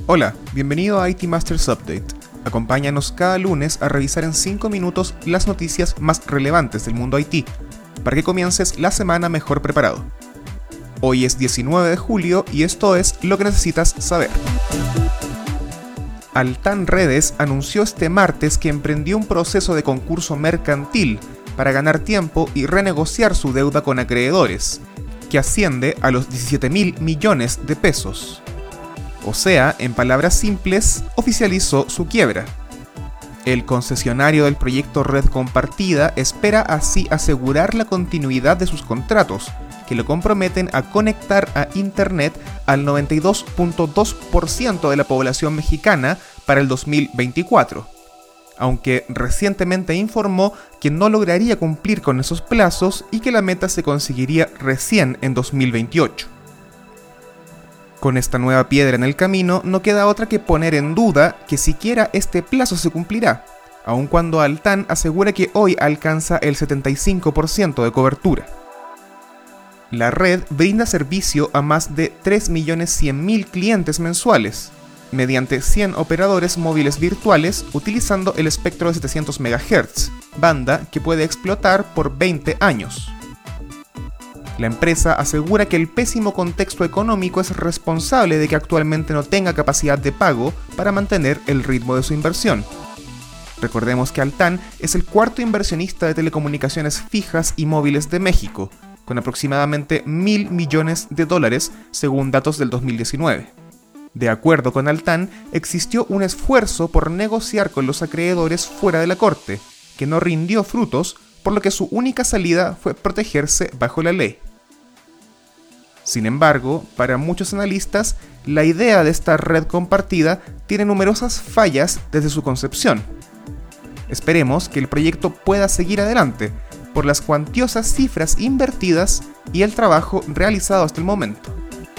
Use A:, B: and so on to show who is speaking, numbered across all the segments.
A: Hola, bienvenido a IT Masters Update. Acompáñanos cada lunes a revisar en 5 minutos las noticias más relevantes del mundo IT, para que comiences la semana mejor preparado. Hoy es 19 de julio y esto es lo que necesitas saber. Altán Redes anunció este martes que emprendió un proceso de concurso mercantil para ganar tiempo y renegociar su deuda con acreedores, que asciende a los 17.000 millones de pesos. O sea, en palabras simples, oficializó su quiebra. El concesionario del proyecto Red Compartida espera así asegurar la continuidad de sus contratos, que lo comprometen a conectar a Internet al 92.2% de la población mexicana para el 2024, aunque recientemente informó que no lograría cumplir con esos plazos y que la meta se conseguiría recién en 2028. Con esta nueva piedra en el camino, no queda otra que poner en duda que siquiera este plazo se cumplirá, aun cuando Altán asegura que hoy alcanza el 75% de cobertura. La red brinda servicio a más de 3.100.000 clientes mensuales, mediante 100 operadores móviles virtuales utilizando el espectro de 700 MHz, banda que puede explotar por 20 años. La empresa asegura que el pésimo contexto económico es responsable de que actualmente no tenga capacidad de pago para mantener el ritmo de su inversión. Recordemos que Altán es el cuarto inversionista de telecomunicaciones fijas y móviles de México, con aproximadamente $1.000 millones según datos del 2019. De acuerdo con Altán, existió un esfuerzo por negociar con los acreedores fuera de la corte, que no rindió frutos, por lo que su única salida fue protegerse bajo la ley. Sin embargo, para muchos analistas, la idea de esta red compartida tiene numerosas fallas desde su concepción. Esperemos que el proyecto pueda seguir adelante, por las cuantiosas cifras invertidas y el trabajo realizado hasta el momento.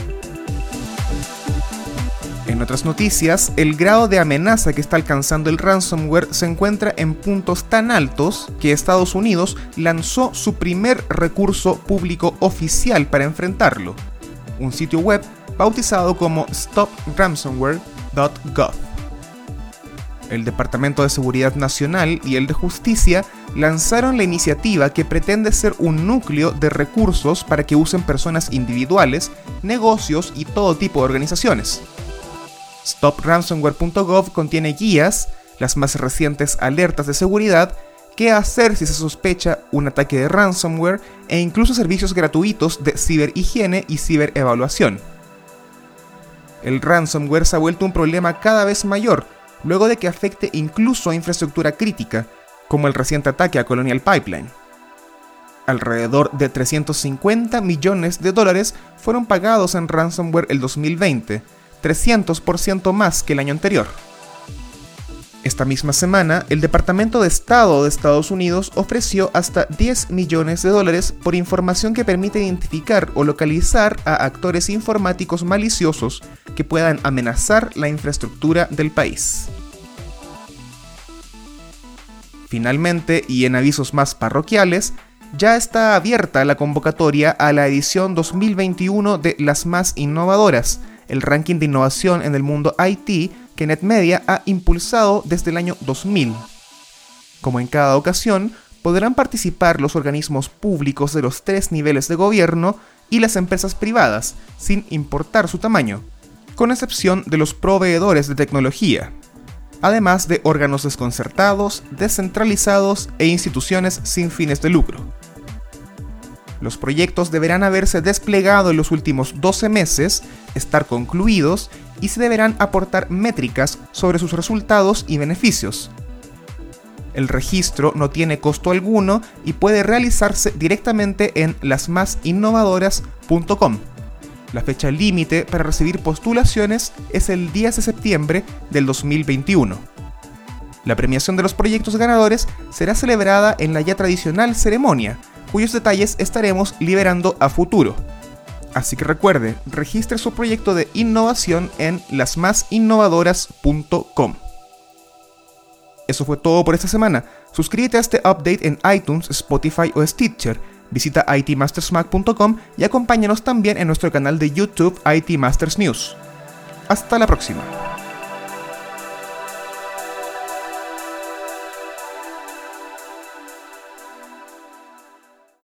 A: En otras noticias, el grado de amenaza que está alcanzando el ransomware se encuentra en puntos tan altos que Estados Unidos lanzó su primer recurso público oficial para enfrentarlo, un sitio web bautizado como stopransomware.gov. El Departamento de Seguridad Nacional y el de Justicia lanzaron la iniciativa que pretende ser un núcleo de recursos para que usen personas individuales, negocios y todo tipo de organizaciones. StopRansomware.gov contiene guías, las más recientes alertas de seguridad, qué hacer si se sospecha un ataque de ransomware e incluso servicios gratuitos de ciberhigiene y ciberevaluación. El ransomware se ha vuelto un problema cada vez mayor, luego de que afecte incluso a infraestructura crítica, como el reciente ataque a Colonial Pipeline. Alrededor de $350 millones fueron pagados en ransomware el 2020, 300% más que el año anterior. Esta misma semana, el Departamento de Estado de Estados Unidos ofreció hasta $10 millones por información que permite identificar o localizar a actores informáticos maliciosos que puedan amenazar la infraestructura del país. Finalmente, y en avisos más parroquiales, ya está abierta la convocatoria a la edición 2021 de Las Más Innovadoras, el ranking de innovación en el mundo IT que NetMedia ha impulsado desde el año 2000. Como en cada ocasión, podrán participar los organismos públicos de los 3 niveles de gobierno y las empresas privadas, sin importar su tamaño, con excepción de los proveedores de tecnología, además de órganos desconcertados, descentralizados e instituciones sin fines de lucro. Los proyectos deberán haberse desplegado en los últimos 12 meses, estar concluidos y se deberán aportar métricas sobre sus resultados y beneficios. El registro no tiene costo alguno y puede realizarse directamente en lasmasinnovadoras.com. La fecha límite para recibir postulaciones es el 10 de septiembre del 2021. La premiación de los proyectos ganadores será celebrada en la ya tradicional ceremonia, cuyos detalles estaremos liberando a futuro. Así que recuerde, registre su proyecto de innovación en lasmasinnovadoras.com. Eso fue todo por esta semana. Suscríbete a este update en iTunes, Spotify o Stitcher. Visita itmastersmac.com y acompáñanos también en nuestro canal de YouTube IT Masters News. Hasta la próxima.